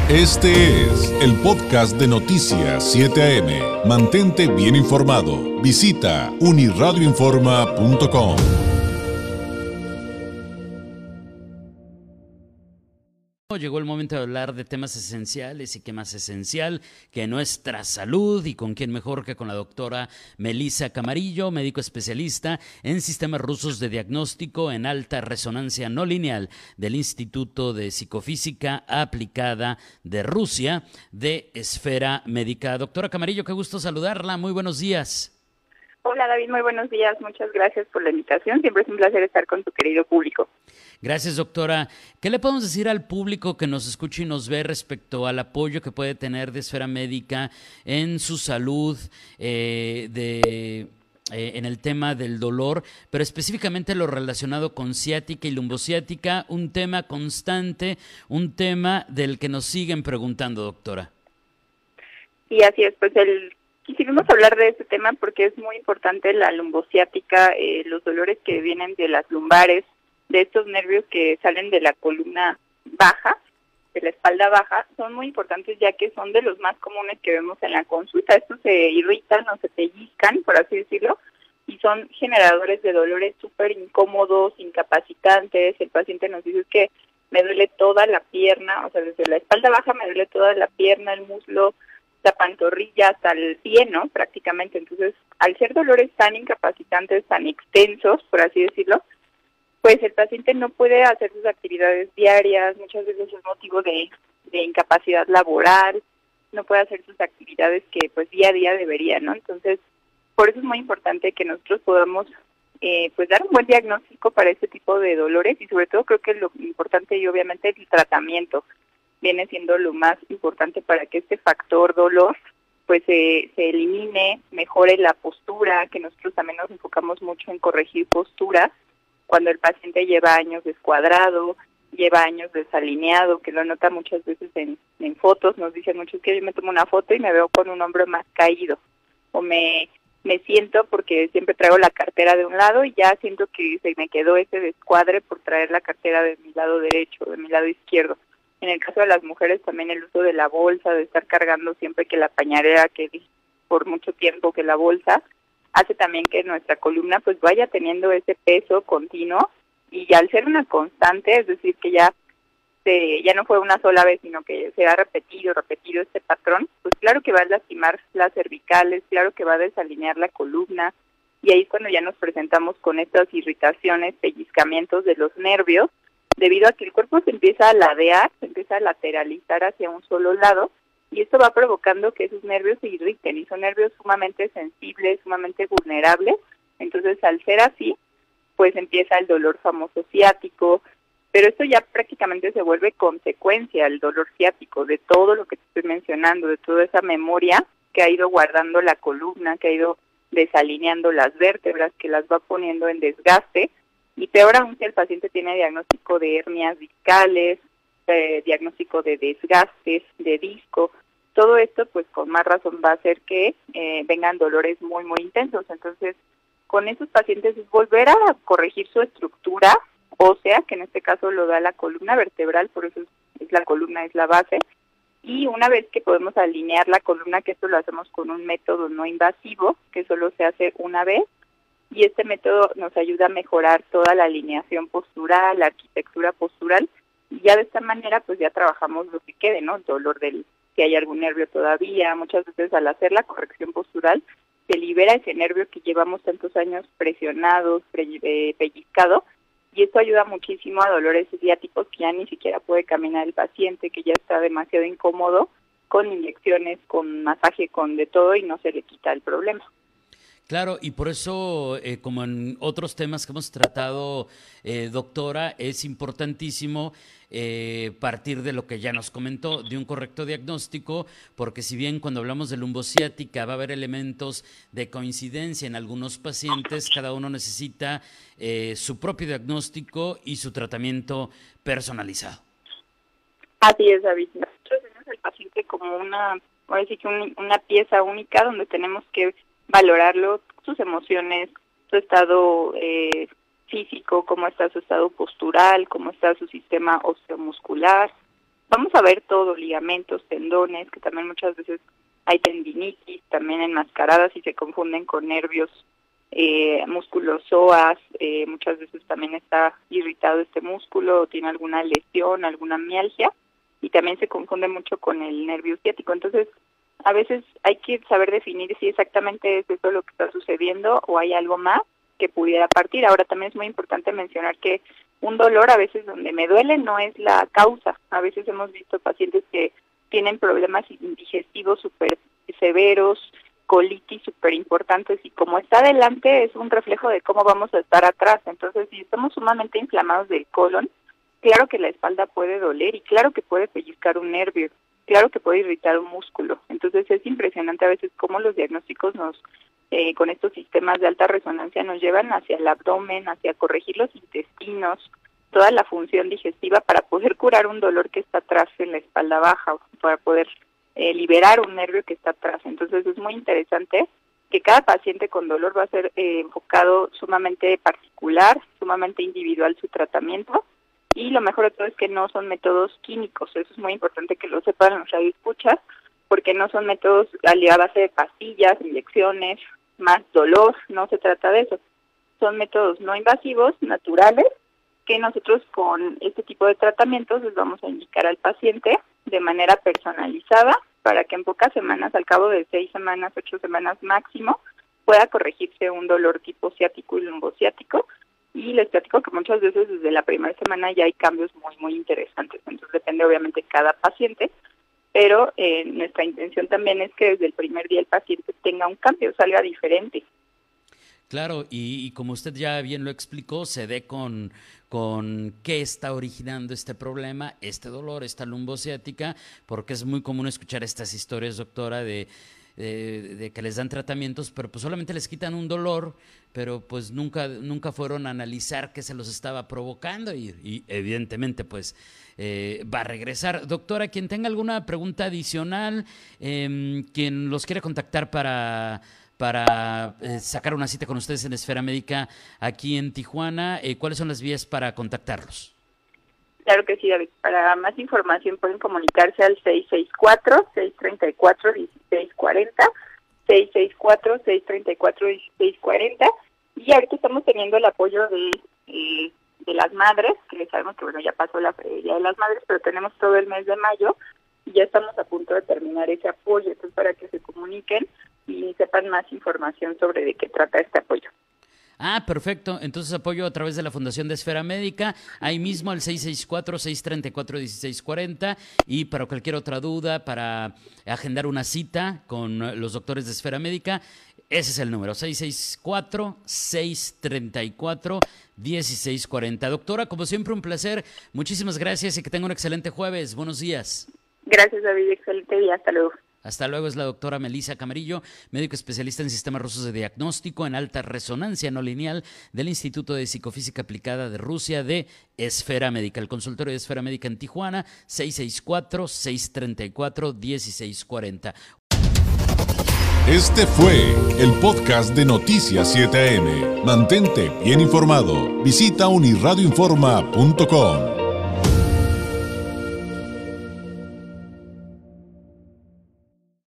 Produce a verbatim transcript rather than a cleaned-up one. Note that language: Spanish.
Este es el podcast de Noticias siete A M. Mantente bien informado. Visita uniradioinforma punto com. Llegó el momento de hablar de temas esenciales y qué más esencial que nuestra salud, y con quién mejor que con la doctora Melissa Camarillo, médico especialista en sistemas rusos de diagnóstico en alta resonancia no lineal del Instituto de Psicofísica Aplicada de Rusia de Esfera Médica. Doctora Camarillo, qué gusto saludarla, muy buenos días. Hola David, muy buenos días, muchas gracias por la invitación, siempre es un placer estar con tu querido público. Gracias, doctora. ¿Qué le podemos decir al público que nos escucha y nos ve respecto al apoyo que puede tener de Esfera Médica en su salud, eh, de, eh, en el tema del dolor, pero específicamente lo relacionado con ciática y lumbociática, un tema constante, un tema del que nos siguen preguntando, doctora? Sí, así es, pues el... quisimos hablar de este tema porque es muy importante la lumbociática, eh, los dolores que vienen de las lumbares, de estos nervios que salen de la columna baja, de la espalda baja, son muy importantes ya que son de los más comunes que vemos en la consulta. Estos se irritan o se pellizcan, por así decirlo, y son generadores de dolores súper incómodos, incapacitantes. El paciente nos dice que me duele toda la pierna, o sea, desde la espalda baja me duele toda la pierna, el muslo, la pantorrilla hasta el pie, ¿no? Prácticamente. Entonces, al ser dolores tan incapacitantes, tan extensos, por así decirlo, pues el paciente no puede hacer sus actividades diarias, muchas veces es motivo de, de incapacidad laboral, no puede hacer sus actividades que pues día a día debería, ¿no? Entonces, por eso es muy importante que nosotros podamos eh, pues dar un buen diagnóstico para este tipo de dolores, y sobre todo creo que lo importante y obviamente el tratamiento viene siendo lo más importante para que este factor dolor pues eh, se elimine, mejore la postura, que nosotros también nos enfocamos mucho en corregir posturas cuando el paciente lleva años descuadrado, lleva años desalineado, que lo nota muchas veces en, en fotos. Nos dicen muchos que yo me tomo una foto y me veo con un hombro más caído, o me, me siento porque siempre traigo la cartera de un lado y ya siento que se me quedó ese descuadre por traer la cartera de mi lado derecho, de mi lado izquierdo. En el caso de las mujeres también el uso de la bolsa, de estar cargando siempre que la pañalera, que por mucho tiempo que la bolsa, hace también que nuestra columna pues vaya teniendo ese peso continuo, y al ser una constante, es decir, que ya se, ya no fue una sola vez, sino que se ha repetido, repetido este patrón, pues claro que va a lastimar las cervicales, claro que va a desalinear la columna, y ahí es cuando ya nos presentamos con estas irritaciones, pellizcamientos de los nervios, debido a que el cuerpo se empieza a ladear, se empieza a lateralizar hacia un solo lado, y esto va provocando que esos nervios se irriten, y son nervios sumamente sensibles, sumamente vulnerables. Entonces, al ser así, pues empieza el dolor famoso ciático, pero esto ya prácticamente se vuelve consecuencia, el dolor ciático, de todo lo que te estoy mencionando, de toda esa memoria que ha ido guardando la columna, que ha ido desalineando las vértebras, que las va poniendo en desgaste. Y peor aún si el paciente tiene diagnóstico de hernias discales, eh, diagnóstico de desgastes, de disco, todo esto pues con más razón va a hacer que eh, vengan dolores muy muy intensos. Entonces, con esos pacientes es volver a corregir su estructura ósea, que en este caso lo da la columna vertebral, por eso es, es la columna, es la base, y una vez que podemos alinear la columna, que esto lo hacemos con un método no invasivo, que solo se hace una vez, y este método nos ayuda a mejorar toda la alineación postural, la arquitectura postural, y ya de esta manera pues ya trabajamos lo que quede, ¿no? El dolor del, si hay algún nervio todavía. Muchas veces al hacer la corrección postural se libera ese nervio que llevamos tantos años presionados, pre, eh, pellizcado, y esto ayuda muchísimo a dolores ciáticos que ya ni siquiera puede caminar el paciente, que ya está demasiado incómodo, con inyecciones, con masaje, con de todo, y no se le quita el problema. Claro, y por eso, eh, como en otros temas que hemos tratado, eh, doctora, es importantísimo eh, partir de lo que ya nos comentó, de un correcto diagnóstico, porque si bien cuando hablamos de lumbociática va a haber elementos de coincidencia en algunos pacientes, cada uno necesita eh, su propio diagnóstico y su tratamiento personalizado. Así es, David. Nosotros vemos al paciente como una, voy a decir que un, una pieza única donde tenemos que valorarlo, sus emociones, su estado eh, físico, cómo está su estado postural, cómo está su sistema osteomuscular, vamos a ver todo, ligamentos, tendones, que también muchas veces hay tendinitis, también enmascaradas y se confunden con nervios, eh, músculos psoas, eh, muchas veces también está irritado este músculo, o tiene alguna lesión, alguna mialgia, y también se confunde mucho con el nervio ciático. Entonces, a veces hay que saber definir si exactamente es eso lo que está sucediendo o hay algo más que pudiera partir. Ahora, también es muy importante mencionar que un dolor a veces donde me duele no es la causa. A veces hemos visto pacientes que tienen problemas digestivos súper severos, colitis súper importantes, y como está adelante es un reflejo de cómo vamos a estar atrás. Entonces, si estamos sumamente inflamados del colon, claro que la espalda puede doler y claro que puede pellizcar un nervio, claro que puede irritar un músculo. Entonces es impresionante a veces cómo los diagnósticos nos, eh, con estos sistemas de alta resonancia, nos llevan hacia el abdomen, hacia corregir los intestinos, toda la función digestiva para poder curar un dolor que está atrás en la espalda baja, para poder eh, liberar un nervio que está atrás. Entonces es muy interesante que cada paciente con dolor va a ser eh, enfocado sumamente particular, sumamente individual su tratamiento. Y lo mejor de todo es que no son métodos químicos, eso es muy importante que lo sepan los radioescuchas, porque no son métodos a base de pastillas, inyecciones, más dolor, no se trata de eso. Son métodos no invasivos, naturales, que nosotros con este tipo de tratamientos les vamos a indicar al paciente de manera personalizada para que en pocas semanas, al cabo de seis semanas, ocho semanas máximo, pueda corregirse un dolor tipo ciático y lumbociático. Y les platico que muchas veces desde la primera semana ya hay cambios muy, muy interesantes. Entonces depende obviamente de cada paciente, pero eh, nuestra intención también es que desde el primer día el paciente tenga un cambio, salga diferente. Claro, y, y como usted ya bien lo explicó, se dé con, con qué está originando este problema, este dolor, esta lumbociática, porque es muy común escuchar estas historias, doctora, de... De, de que les dan tratamientos, pero pues solamente les quitan un dolor, pero pues nunca nunca fueron a analizar qué se los estaba provocando y, y evidentemente pues eh, va a regresar. Doctora, quien tenga alguna pregunta adicional, eh, quien los quiera contactar para, para eh, sacar una cita con ustedes en Esfera Médica aquí en Tijuana, eh, ¿cuáles son las vías para contactarlos? Claro que sí, David. Para más información pueden comunicarse al seis seis cuatro, seis tres cuatro, uno seis cuatro cero, seis seis cuatro, seis tres cuatro, uno seis cuatro cero. Y ahorita estamos teniendo el apoyo de, eh, de las madres, que sabemos que bueno ya pasó la Feria de las Madres, pero tenemos todo el mes de mayo y ya estamos a punto de terminar ese apoyo. Entonces, para que se comuniquen y sepan más información sobre de qué trata este apoyo. Ah, perfecto. Entonces apoyo a través de la Fundación de Esfera Médica, ahí mismo al seis seis cuatro, seis tres cuatro, uno seis cuatro cero, y para cualquier otra duda, para agendar una cita con los doctores de Esfera Médica, ese es el número, seis seis cuatro, seis tres cuatro, uno seis cuatro cero. Doctora, como siempre, un placer. Muchísimas gracias y que tenga un excelente jueves. Buenos días. Gracias, David. Excelente día. Hasta luego. Hasta luego. Es la doctora Melissa Camarillo, médico especialista en sistemas rusos de diagnóstico en alta resonancia no lineal del Instituto de Psicofísica Aplicada de Rusia de Esfera Médica. El consultorio de Esfera Médica en Tijuana, seis seis cuatro, seis tres cuatro, uno seis cuatro cero. Este fue el podcast de Noticias siete A M. Mantente bien informado. Visita unirradioinforma punto com.